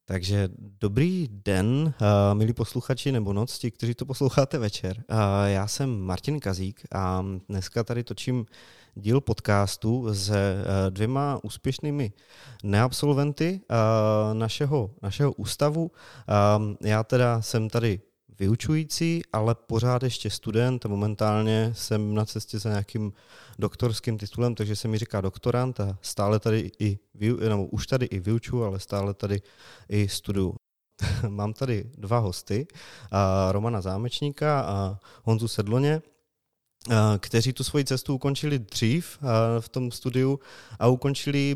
Takže dobrý den, milí posluchači, nebo noc, ti, kteří to posloucháte večer. Já jsem Martin Kazík a dneska tady točím díl podcastu se dvěma úspěšnými neabsolventy našeho ústavu. Já teda jsem tady vyučující, ale pořád ještě student a momentálně jsem na cestě za nějakým doktorským titulem, takže se mi říká doktorant a stále tady už tady i vyučuji, ale stále tady i studuju. Mám tady dva hosty, Romana Zámečníka a Honzu Sedloně, kteří tu svoji cestu ukončili dřív v tom studiu a ukončili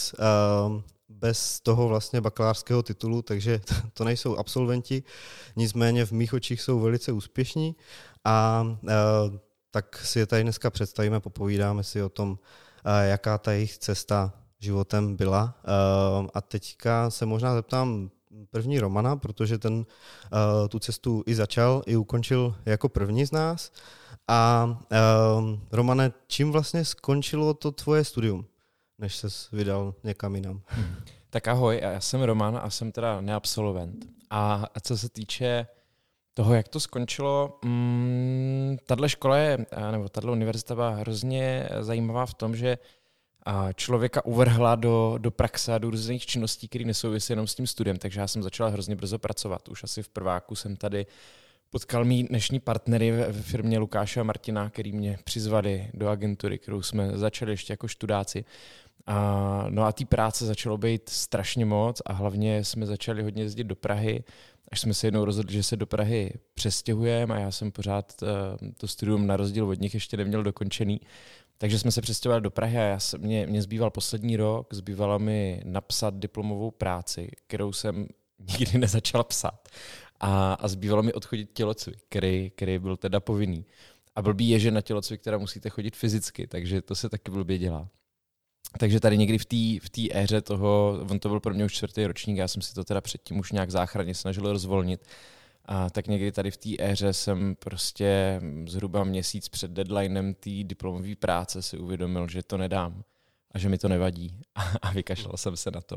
bez toho vlastně bakalářského titulu, takže to nejsou absolventi, nicméně v mých očích jsou velice úspěšní a tak si je tady dneska představíme, popovídáme si o tom, jaká ta jejich cesta životem byla. A teďka se možná zeptám první Romana, protože ten tu cestu i začal, i ukončil jako první z nás. A Romane, čím vlastně skončilo to tvoje studium, než ses vydal někam jinam? Tak ahoj, já jsem Roman a jsem teda neabsolvent. A co se týče toho, jak to skončilo, tato škola nebo tato univerzita byla hrozně zajímavá v tom, že člověka uvrhla do praxe a do různých činností, které nesouvisí jenom s tím studiem, takže já jsem začal hrozně brzo pracovat. Už asi v prváku jsem tady potkal mý dnešní partnery ve firmě Lukáše a Martina, který mě přizvali do agentury, kterou jsme začali ještě jako študáci. No a té práce začalo být strašně moc a hlavně jsme začali hodně jezdit do Prahy, až jsme se jednou rozhodli, že se do Prahy přestěhujeme a já jsem pořád to studium na rozdíl od nich ještě neměl dokončený. Takže jsme se přestěhovali do Prahy a mě zbýval poslední rok, zbývalo mi napsat diplomovou práci, kterou jsem nikdy nezačal psat. A zbývalo mi odchodit tělocvik, který byl teda povinný. A blbý je, že na tělocvik teda musíte chodit fyzicky, takže to se taky blbě dělá. Takže tady někdy v té éře toho, on to byl pro mě už 4. ročník, já jsem si to teda předtím už nějak záchranně snažil rozvolnit, a tak někdy tady v té éře jsem prostě zhruba měsíc před deadlinem té diplomové práce si uvědomil, že to nedám a že mi to nevadí a vykašlal jsem se na to.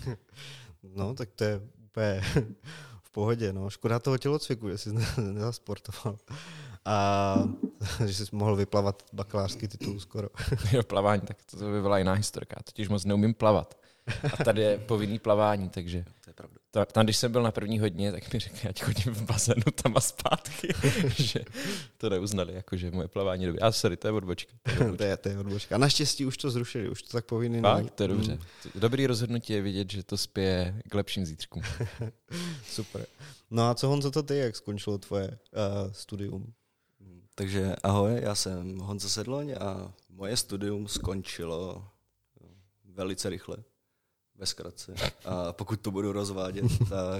No, tak to je úplně v pohodě, no. Škoda toho tělocviku, že jsi nezasportoval. A že jsi mohl vyplavat bakalářský titul skoro. Jo, plavání, tak to by byla jiná historka. Totiž moc neumím plavat. A tady je povinný plavání, takže to je pravda. Tam, když jsem byl na první hodině, tak mi řekli, ať chodím v bazénu tam a zpátky, že to neuznali, jakože moje plavání je dobré. A sorry, to je odbočka. To je odbočka. A naštěstí už to zrušili, už to tak povinný není. To je dobře. Dobrý rozhodnutí je vidět, že to spěje k lepším zítřkům. Super. No a co, Honzo, to ty, jak skončilo tvoje studium? Takže ahoj, já jsem Honza Sedloň a moje studium skončilo velice rychle, ve zkratce. A pokud to budu rozvádět, tak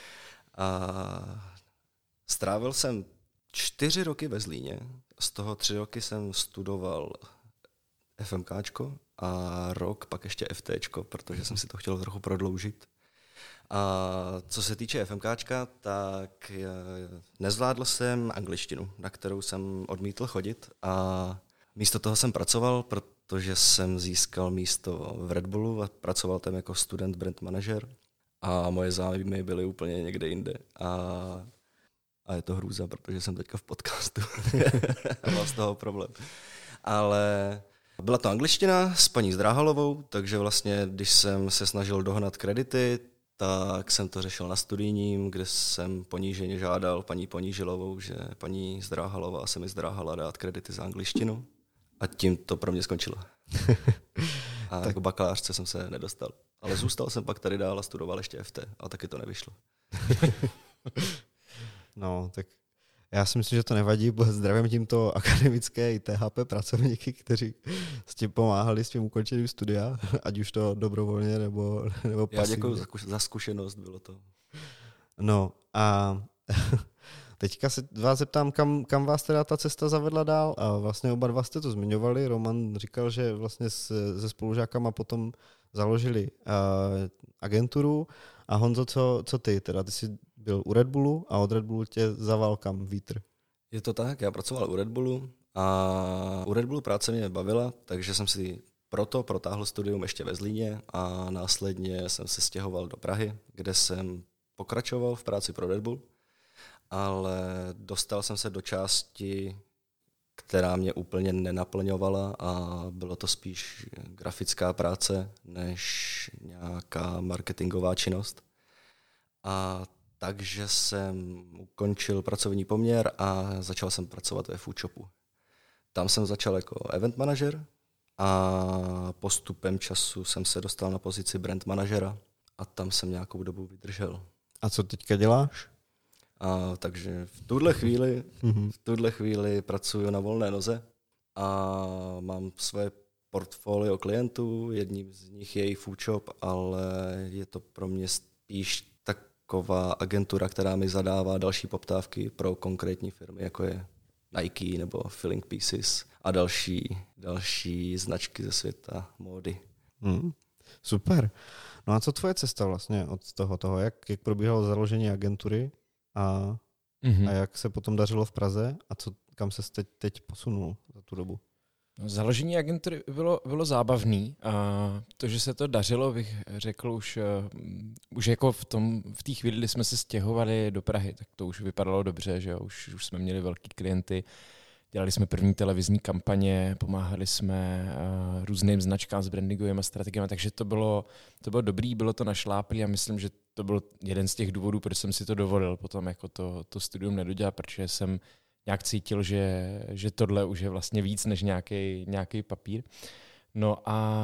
strávil jsem 4 roky ve Zlíně, z toho 3 roky jsem studoval FMKčko a rok pak ještě FTčko, protože jsem si to chtěl trochu prodloužit. A co se týče FMKčka, tak nezvládl jsem angličtinu, na kterou jsem odmítl chodit a místo toho jsem pracoval, protože jsem získal místo v Red Bullu a pracoval tam jako student brand manager a moje zájmy byly úplně někde jinde a je to hrůza, protože jsem teďka v podcastu a mám z toho problém. Ale byla to angličtina s paní Zdráhalovou, takže vlastně, když jsem se snažil dohnat kredity, tak jsem to řešil na studijním, kde jsem poníženě žádal paní Ponížilovou, že paní Zdráhalová se mi zdráhala dát kredity za angličtinu. A tím to pro mě skončilo. A jako bakalářce jsem se nedostal. Ale zůstal jsem pak tady dál a studoval ještě FT. A taky to nevyšlo. No, tak já si myslím, že to nevadí. Zdravím tímto akademické i THP pracovníky, kteří s tím pomáhali s tím ukončením studia, ať už to dobrovolně nebo pasivně. Já děkuji za zkušenost, bylo to. No a teďka se vás zeptám, kam vás teda ta cesta zavedla dál a vlastně oba dva jste to zmiňovali. Roman říkal, že vlastně se spolužákama potom založili agenturu a Honzo, co ty? Teda ty jsi byl u Red Bullu a od Red Bullu tě zaval kam vítr? Je to tak, já pracoval u Red Bullu a u Red Bullu práce mě bavila, takže jsem si proto protáhl studium ještě ve Zlíně a následně jsem se stěhoval do Prahy, kde jsem pokračoval v práci pro Red Bull, ale dostal jsem se do části, která mě úplně nenaplňovala a bylo to spíš grafická práce než nějaká marketingová činnost. A takže jsem ukončil pracovní poměr a začal jsem pracovat ve Foodshopu. Tam jsem začal jako event manažer a postupem času jsem se dostal na pozici brand manažera a tam jsem nějakou dobu vydržel. A co teďka děláš? Takže v tuhle chvíli pracuji na volné noze a mám svoje portfolio klientů, jedním z nich je i Foodshop, ale je to pro mě spíš taková agentura, která mi zadává další poptávky pro konkrétní firmy, jako je Nike nebo Filling Pieces a další značky ze světa módy. Super. No a co tvoje cesta vlastně od toho jak probíhalo založení agentury a jak se potom dařilo v Praze a kam se teď posunul za tu dobu? No, založení agentury bylo zábavný a to, že se to dařilo, bych řekl už jako v té chvíli, kdy jsme se stěhovali do Prahy, tak to už vypadalo dobře, že jo? Už jsme měli velký klienty, dělali jsme první televizní kampaně, pomáhali jsme různým značkám s brandingovými strategiemi, takže to bylo dobrý, bylo to našláplý a myslím, že to byl jeden z těch důvodů, proč jsem si to dovolil potom jako to studium nedodělat, protože jsem nějak cítil, že tohle už je vlastně víc než nějaký papír. No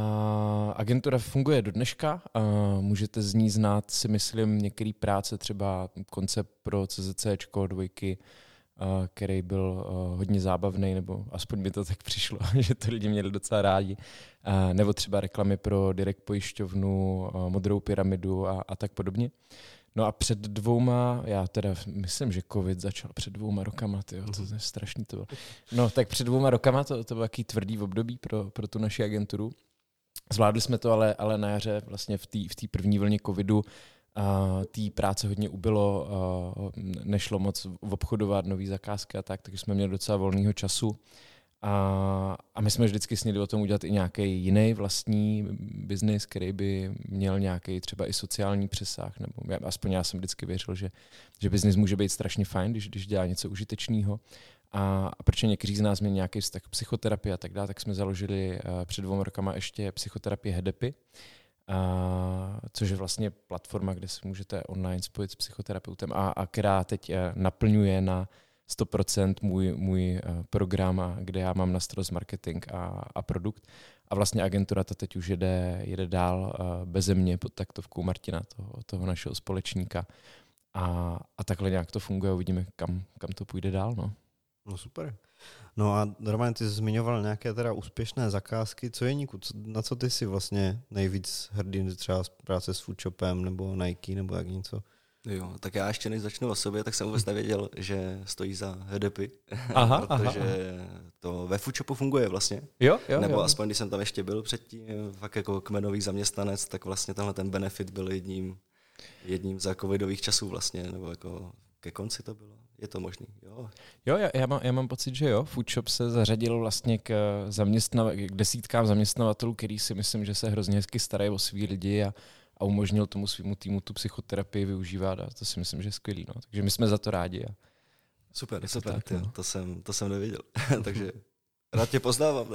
a agentura funguje do dneška. Můžete z ní znát, si myslím, některé práce, třeba koncept pro CZCčko, dvojky, který byl hodně zábavný, nebo aspoň mi to tak přišlo, že to lidi měli docela rádi. Nebo třeba reklamy pro Direct pojišťovnu, Modrou pyramidu a tak podobně. No a před 2, já teda myslím, že covid začal před 2 rokama, tyjo, to je strašný to bylo. No tak před 2 rokama to bylo takový tvrdý období pro tu naši agenturu. Zvládli jsme to, ale na jaře vlastně v té první vlně covidu té práce hodně ubylo, nešlo moc obchodovat, nový zakázky a tak, takže jsme měli docela volného času. A my jsme vždycky sněli o tom udělat i nějaký jiný vlastní biznis, který by měl nějaký třeba i sociální přesah, nebo aspoň já jsem vždycky věřil, že biznis může být strašně fajn, když dělá něco užitečného. A protože někteří z nás měli nějaký vztah k psychoterapii a tak dále, tak jsme založili před 2 rokama ještě psychoterapii Hedepy, což je vlastně platforma, kde se můžete online spojit s psychoterapeutem a která teď naplňuje na 100% můj program, kde já mám na starost marketing a produkt. A vlastně agentura ta teď už jede dál beze mě pod taktovkou Martina, toho našeho společníka. A takhle nějak to funguje, uvidíme, kam to půjde dál. No super. No a Roman, ty jsi zmiňoval nějaké teda úspěšné zakázky. Co je, Níku, na co ty jsi vlastně nejvíc hrdý, třeba práce s Foodshopem nebo Nike nebo jak něco? Jo, tak já ještě než začnu o sobě, tak jsem vůbec nevěděl, že stojí za Hedepy, protože to ve Foodshopu funguje vlastně. Jo, nebo aspoň, když jsem tam ještě byl předtím, fakt jako kmenový zaměstnanec, tak vlastně tenhle ten benefit byl jedním z covidových časů vlastně, nebo jako ke konci to bylo. Je to možný, jo? Jo, já mám pocit, že jo. Foodshop se zařadil vlastně k desítkám zaměstnavatelů, který si myslím, že se hrozně hezky starají o svý lidi a umožnil tomu svýmu týmu tu psychoterapii využívat a to si myslím, že je skvělý. No. Takže my jsme za to rádi. Super. Tak, no. To jsem nevěděl. Takže rád tě poznávám.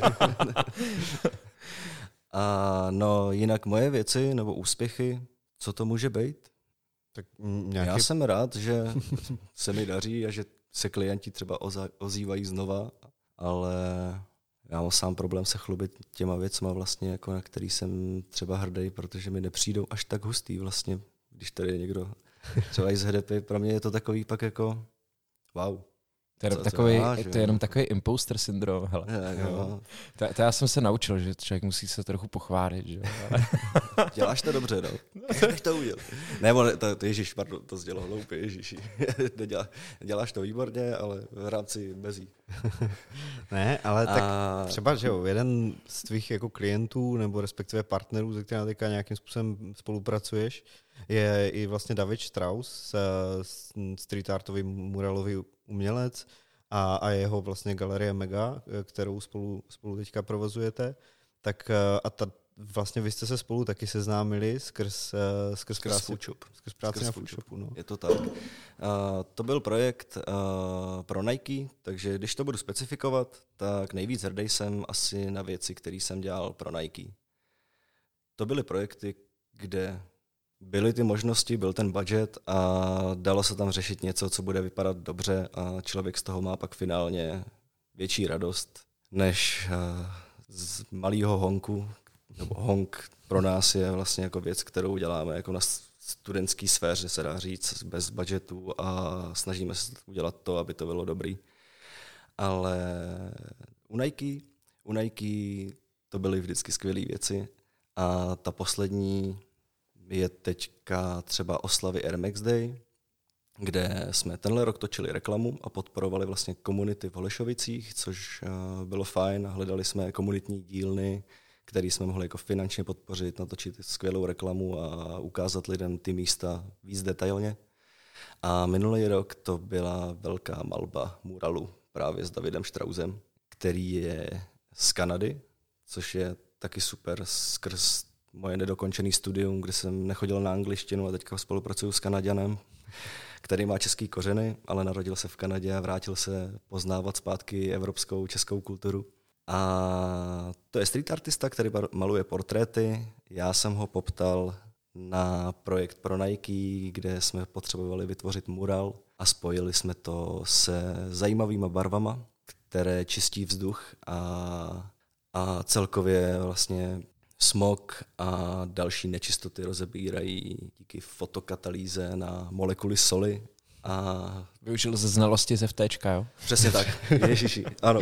No jinak moje věci nebo úspěchy, co to může být? Tak Já jsem rád, že se mi daří a že se klienti třeba ozývají znova, ale já mám sám problém se chlubit těma věcma vlastně, jako na který jsem třeba hrdý, protože mi nepřijdou až tak hustý vlastně, když tady je někdo třeba i z Hedepy. Pro mě je to takový pak jako wow. To je jenom takový imposter syndrom. Hele. To já jsem se naučil, že člověk musí se trochu pochválit. Že? Děláš to dobře, no. Jak to udělal? Ne, to ježiš, pardon, to sdělal hloupě, ježiši. Děláš to výborně, ale v rámci mezí. Ne, ale tak třeba, že jo, jeden z tvých jako klientů nebo respektive partnerů, se kterými teďka nějakým způsobem spolupracuješ, je i vlastně David Strauss, street artový muralový umělec a jeho vlastně galerie Mega, kterou spolu teďka provozujete. Tak vlastně vy jste se spolu taky seznámili skrz práci na Foodshopu. No. Je to tak. To byl projekt pro Nike, takže když to budu specifikovat, tak nejvíc hrdý jsem asi na věci, které jsem dělal pro Nike. To byly projekty, kde byly ty možnosti, byl ten budget a dalo se tam řešit něco, co bude vypadat dobře a člověk z toho má pak finálně větší radost, než z malého honku, nebo honk pro nás je vlastně jako věc, kterou děláme jako na studentské sféře, se dá říct, bez budgetu a snažíme se udělat to, aby to bylo dobrý. Ale u Nike to byly vždycky skvělé věci a ta poslední je teďka třeba oslavy Air Max Day, kde jsme tenhle rok točili reklamu a podporovali vlastně komunity v Holešovicích, což bylo fajn. Hledali jsme komunitní dílny, který jsme mohli jako finančně podpořit, natočit skvělou reklamu a ukázat lidem ty místa víc detailně. A minulý rok to byla velká malba muralu právě s Davidem Štrausem, který je z Kanady, což je taky super skrz moje nedokončené studium, kde jsem nechodil na angličtinu a teďka spolupracuju s Kanaďanem, který má český kořeny, ale narodil se v Kanadě a vrátil se poznávat zpátky evropskou, českou kulturu. A to je street artista, který maluje portréty. Já jsem ho poptal na projekt pro Nike, kde jsme potřebovali vytvořit mural a spojili jsme to se zajímavýma barvama, které čistí vzduch a celkově vlastně smog a další nečistoty rozebírají díky fotokatalýze na molekuly soli. A využil ze znalosti ze FTčka, jo? Přesně tak, ježiši, ano.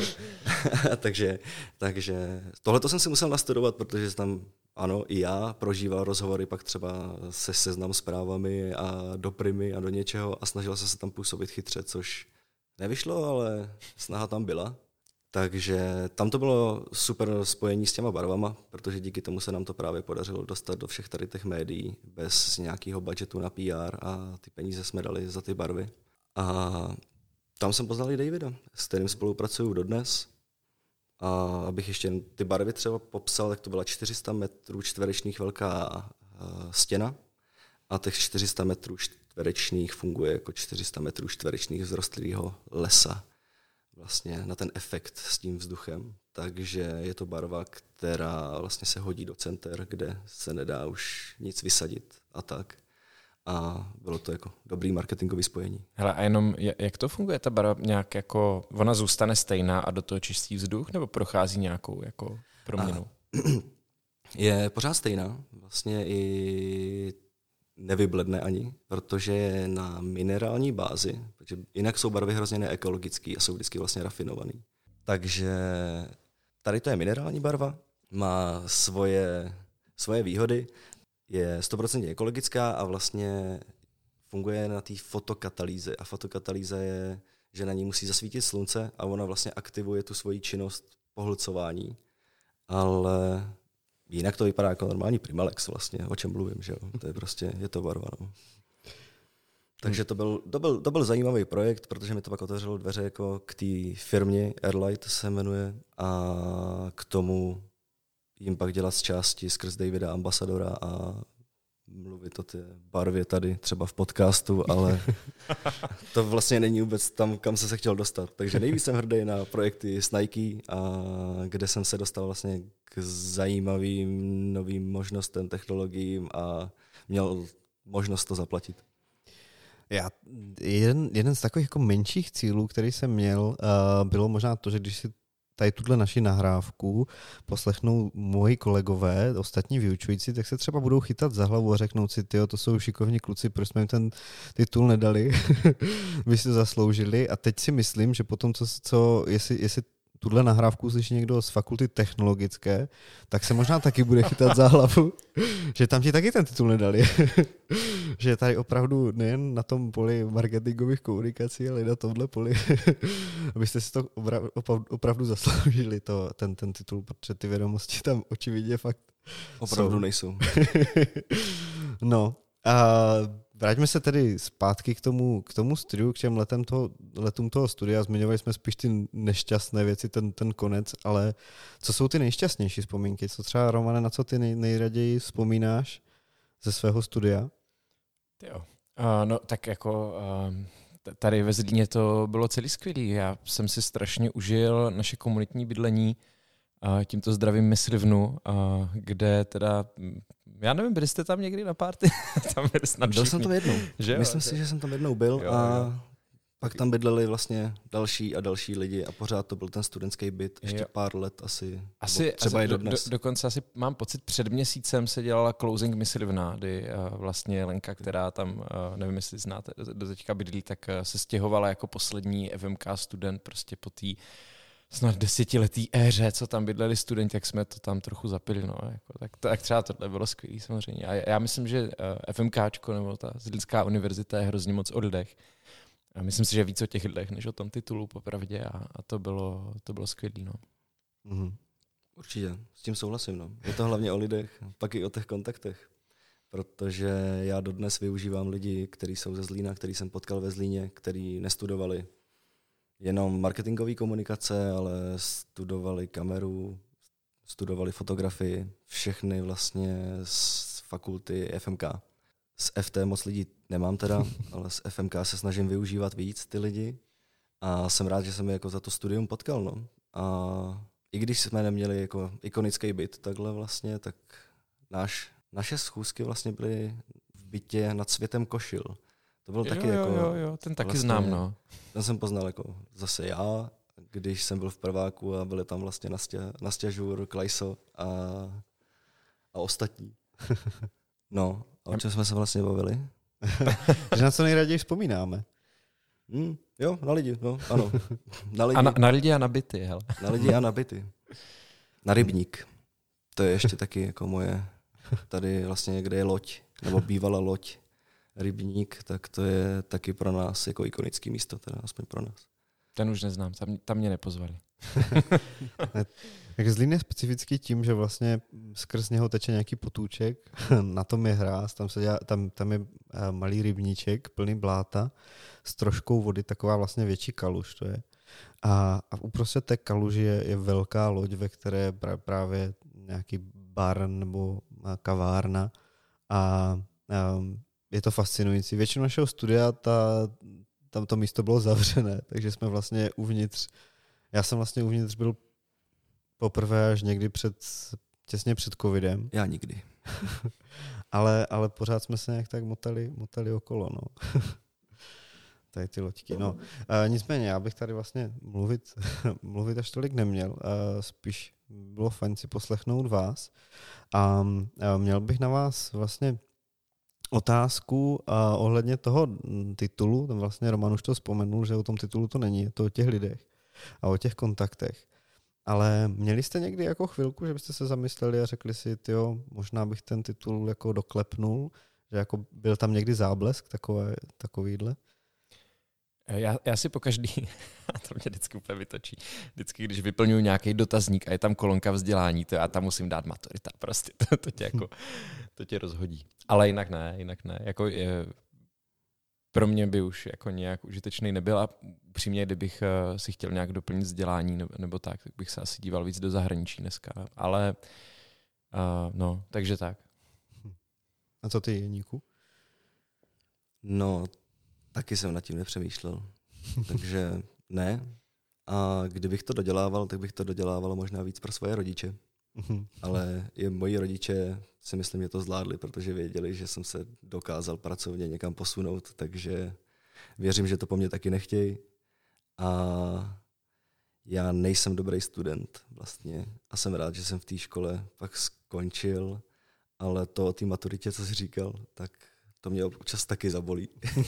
takže tohleto jsem si musel nastudovat, protože tam, ano, i já prožíval rozhovory pak třeba se Seznam Zprávami a do Primy a do něčeho a snažil jsem se tam působit chytře, což nevyšlo, ale snaha tam byla. Takže tam to bylo super spojení s těma barvama, protože díky tomu se nám to právě podařilo dostat do všech tady těch médií bez nějakého budgetu na PR a ty peníze jsme dali za ty barvy. A tam jsem poznal i Davida, s kterým spolupracuju dodnes. A abych ještě ty barvy třeba popsal, tak to byla 400 metrů čtverečních velká stěna a těch 400 metrů čtverečních funguje jako 400 metrů čtverečních vzrostlého lesa. Vlastně na ten efekt s tím vzduchem. Takže je to barva, která vlastně se hodí do center, kde se nedá už nic vysadit a tak. A bylo to jako dobrý marketingový spojení. Hele, a jenom jak to funguje, ta barva nějak jako, ona zůstane stejná a do toho čistý vzduch, nebo prochází nějakou jako proměnou? Je pořád stejná. Vlastně i nevybledne ani, protože je na minerální bázi, protože jinak jsou barvy hrozně neekologický a jsou vždycky vlastně rafinovaný. Takže tady to je minerální barva, má svoje výhody, je 100% ekologická a vlastně funguje na té fotokatalýze. A fotokatalýza je, že na ní musí zasvítit slunce a ona vlastně aktivuje tu svoji činnost pohlcování. Ale jinak to vypadá jako normální Primalex vlastně, o čem mluvím, že jo? To je prostě, je to barva, no. Takže to byl zajímavý projekt, protože mi to pak otevřelo dveře jako k té firmě, Airlight se jmenuje, a k tomu jim pak dělat z části skrz Davida ambasadora a mluvit o té barvě tady třeba v podcastu, ale to vlastně není vůbec tam, kam jsem se chtěl dostat. Takže nejvíc jsem hrdý na projekty s Nike, a kde jsem se dostal vlastně k zajímavým novým možnostem, technologiím a měl možnost to zaplatit. Jeden z takových jako menších cílů, který jsem měl, bylo možná to, že když si tady tuhle naši nahrávku poslechnou moji kolegové, ostatní vyučující, tak se třeba budou chytat za hlavu a řeknou si, tyjo, to jsou šikovní kluci, proč jsme jim ten titul nedali, by si to zasloužili. A teď si myslím, že potom, jestli tuhle nahrávku slyší někdo z fakulty technologické, tak se možná taky bude chytat za hlavu, že tam ti taky ten titul nedali. Že tady opravdu nejen na tom poli marketingových komunikací, ale i na tomhle poli, abyste si to opravdu zasloužili, ten titul, protože ty vědomosti tam očividně fakt opravdu nejsou. No, Vraťme se tedy zpátky k tomu studiu, k těm letům toho studia. Zmiňovali jsme spíš ty nešťastné věci, ten konec, ale co jsou ty nejšťastnější vzpomínky? Co třeba, Romane, na co ty nejraději vzpomínáš ze svého studia? Jo. No tak jako tady ve Zlíně to bylo celý skvělý. Já jsem si strašně užil naše komunitní bydlení. Tímto zdravím Myslivnu, kde teda, já nevím, byli jste tam někdy na party? Tam byli snad Byl jsem tam jednou. Že Myslím si, že jsem tam jednou byl a pak tam bydleli vlastně další a další lidi a pořád to byl ten studentský byt ještě pár let asi třeba i dodnes. Dokonce asi mám pocit, před měsícem se dělala closing Myslivna, kdy vlastně Lenka, která tam, nevím, jestli znáte, do teďka bydlí, tak se stěhovala jako poslední FMK student prostě po té snad 10letý éře, co tam bydleli studenti, jak jsme to tam trochu zapili. No, jako, tak třeba tohle bylo skvělý samozřejmě. A já myslím, že FMKčko nebo ta Zlínská univerzita je hrozně moc o lidech. A myslím si, že víc o těch lidech, než o tom titulu popravdě a to bylo skvělý. No. Mm-hmm. Určitě, s tím souhlasím. No. Je to hlavně o lidech, pak i o těch kontaktech. Protože já dodnes využívám lidi, kteří jsou ze Zlína, který jsem potkal ve Zlíně, kteří nestudovali jenom marketingové komunikace, ale studovali kameru, studovali fotografii, všechny vlastně z fakulty FMK. Z FT moc lidí nemám teda, ale z FMK se snažím využívat víc ty lidi a jsem rád, že jsem je jako za to studium potkal. No. A i když jsme neměli jako ikonický byt takhle vlastně, tak naše schůzky vlastně byly v bytě nad Světem Košil. To byl taky jako... Jo, ten taky vlastně, znám, no. Ten jsem poznal jako zase já, když jsem byl v prváku a byli tam vlastně Nastia Žur, Klajso a ostatní. No, a o čem jsme se vlastně bavili? Že na co nejraději vzpomínáme. Jo, na lidi, no, ano. Na lidi. A na lidi a na byty, hele. Na lidi a na byty. Na rybník. To je ještě taky jako moje, tady vlastně, kde je loď, nebo bývala loď. Rybník, tak to je taky pro nás jako ikonický místo, teda aspoň pro nás. Ten už neznám, tam mě nepozvali. Tak Zlín je specifický tím, že vlastně skrz něho teče nějaký potůček, na tom je hráz, tam je malý rybníček plný bláta s troškou vody, taková vlastně větší kaluž to je. A uprostřed té kaluži je velká loď, ve které právě nějaký bar nebo kavárna a je to fascinující. Většinu našeho studia tam to místo bylo zavřené, takže jsme vlastně uvnitř, já jsem vlastně uvnitř byl poprvé až někdy těsně před covidem. Já nikdy. ale pořád jsme se nějak tak motali okolo, no. Tady ty loďky, no. Nicméně, já bych tady vlastně mluvit až tolik neměl. Spíš bylo fajn si poslechnout vás. A měl bych na vás vlastně otázku ohledně toho titulu. Tam vlastně Roman už to vzpomenul, že o tom titulu to není, je to o těch lidech a o těch kontaktech. Ale měli jste někdy jako chvilku, že byste se zamysleli a řekli si, tyjo, možná bych ten titul jako doklepnul, že jako byl tam někdy záblesk takovýhle? Já si pokaždý, a to mě vždycky úplně vytočí, vždycky, když vyplňuji nějaký dotazník a je tam kolonka vzdělání, to já tam musím dát maturita, prostě to tě rozhodí. Ale jinak ne. Jako pro mě by už jako nějak užitečný nebyl a upřímně, kdybych si chtěl nějak doplnit vzdělání nebo tak bych se asi díval víc do zahraničí dneska. Ale no, takže tak. A co ty, Jeníku? No, taky jsem nad tím nepřemýšlel. Takže ne. A kdybych to dodělával, tak bych to dodělával možná víc pro svoje rodiče. Ale i moji rodiče si myslím, že to zvládli, protože věděli, že jsem se dokázal pracovně někam posunout, takže věřím, že to po mně taky nechtějí. A já nejsem dobrý student vlastně a jsem rád, že jsem v té škole pak skončil, ale to o té maturitě, co jsi říkal, tak to mě občas taky zabolí.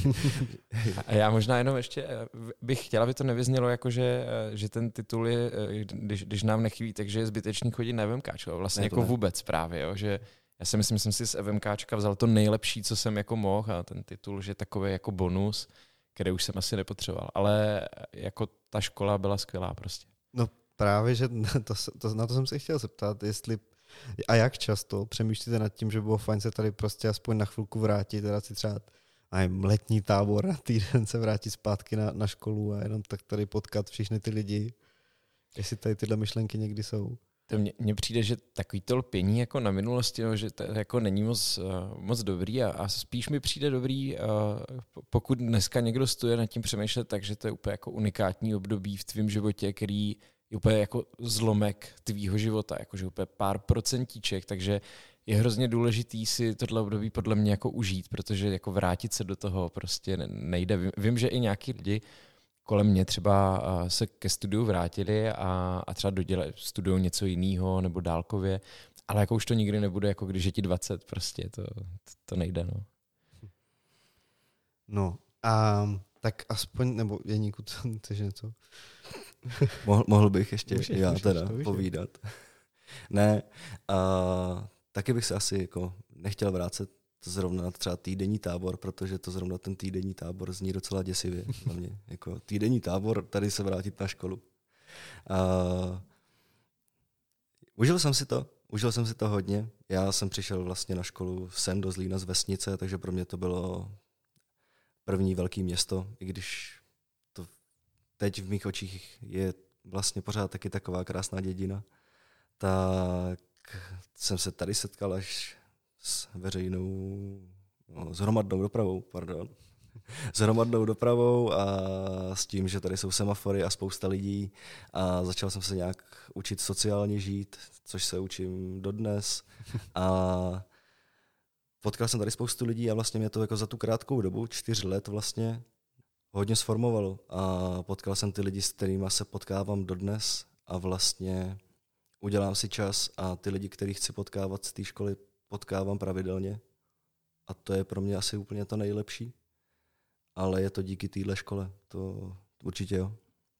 A já možná jenom ještě bych chtěla, aby to nevyznělo jako, že ten titul je, když nám nechybí, takže je zbytečný chodit na FMKčko. Vlastně ne, jako ne. Vůbec právě, jo, že já si myslím, že jsem si z FMKčka vzal to nejlepší, co jsem jako mohl a ten titul, že takový jako bonus, který už jsem asi nepotřeboval. Ale jako ta škola byla skvělá prostě. No právě, že na to jsem se chtěl zeptat, jestli A jak často přemýšlíte nad tím, že bylo fajn se tady prostě aspoň na chvilku vrátit, teda si třeba letní tábor na týden se vrátit zpátky na školu a jenom tak tady potkat všechny ty lidi, jestli tady tyhle myšlenky někdy jsou. To mně přijde, že takový to lpění jako na minulosti, že to jako není moc dobrý a spíš mi přijde dobrý, pokud dneska někdo stuje nad tím přemýšlet, takže to je úplně jako unikátní období v tvém životě, který je úplně jako zlomek tvýho života, jakože úplně pár procentíček, takže je hrozně důležitý si tohle období podle mě jako užít, protože jako vrátit se do toho prostě nejde. Vím, že i nějaký lidi kolem mě třeba se ke studiu vrátili a třeba studují něco jiného nebo dálkově, ale jako už to nikdy nebude, jako když je ti 20, prostě to nejde. No. No a tak aspoň, nebo Jeníku, chceš něco? Mohl bych ještě povídat. Ne, taky bych se asi jako nechtěl vrátit zrovna třeba týdenní tábor, protože to zrovna ten týdenní tábor zní docela děsivě na mě. Jako týdenní tábor, tady se vrátit na školu. Užil jsem si to hodně. Já jsem přišel vlastně na školu sem do Zlína z vesnice, takže pro mě to bylo první velké město, i když to teď v mých očích je vlastně pořád taky taková krásná dědina, tak jsem se tady setkal až s hromadnou dopravou a s tím, že tady jsou semafory a spousta lidí a začal jsem se nějak učit sociálně žít, což se učím dodnes a potkal jsem tady spoustu lidí a vlastně mě to jako za tu krátkou dobu, 4 let vlastně, hodně sformovalo a potkal jsem ty lidi, s kterými se potkávám dodnes a vlastně udělám si čas a ty lidi, který chci potkávat z té školy, potkávám pravidelně a to je pro mě asi úplně to nejlepší, ale je to díky téhle škole, to určitě jo.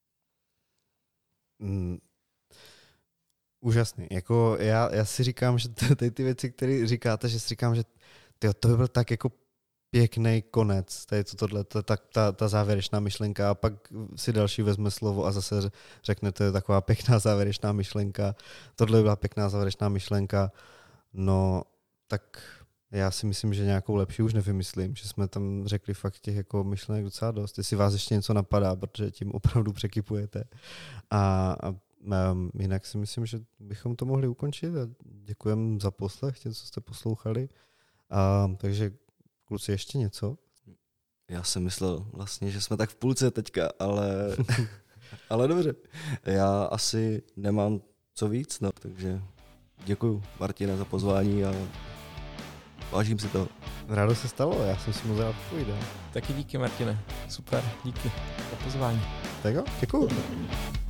Úžasný. Jako já si říkám, že ty věci, které říkáte, že si říkám, že to by byl tak jako pěkný konec. Tady tohle, ta závěrečná myšlenka a pak si další vezme slovo a zase řeknete taková pěkná závěrečná myšlenka. Tohle by byla pěkná závěrečná myšlenka. No, tak já si myslím, že nějakou lepší už nevymyslím, že jsme tam řekli fakt těch jako myšlenek docela dost. Jestli vás ještě něco napadá, protože tím opravdu překypujete. A jinak si myslím, že bychom to mohli ukončit a děkujeme za poslech, co jste poslouchali. Takže kluci, ještě něco? Já jsem myslel vlastně, že jsme tak v půlce teďka, ale dobře. Já asi nemám co víc, no, takže děkuju Martine za pozvání a vážím si toho. Rádo se stalo, já jsem si moc rád povídal. Taky díky, Martine. Super, díky za pozvání. Tak jo, děkuju.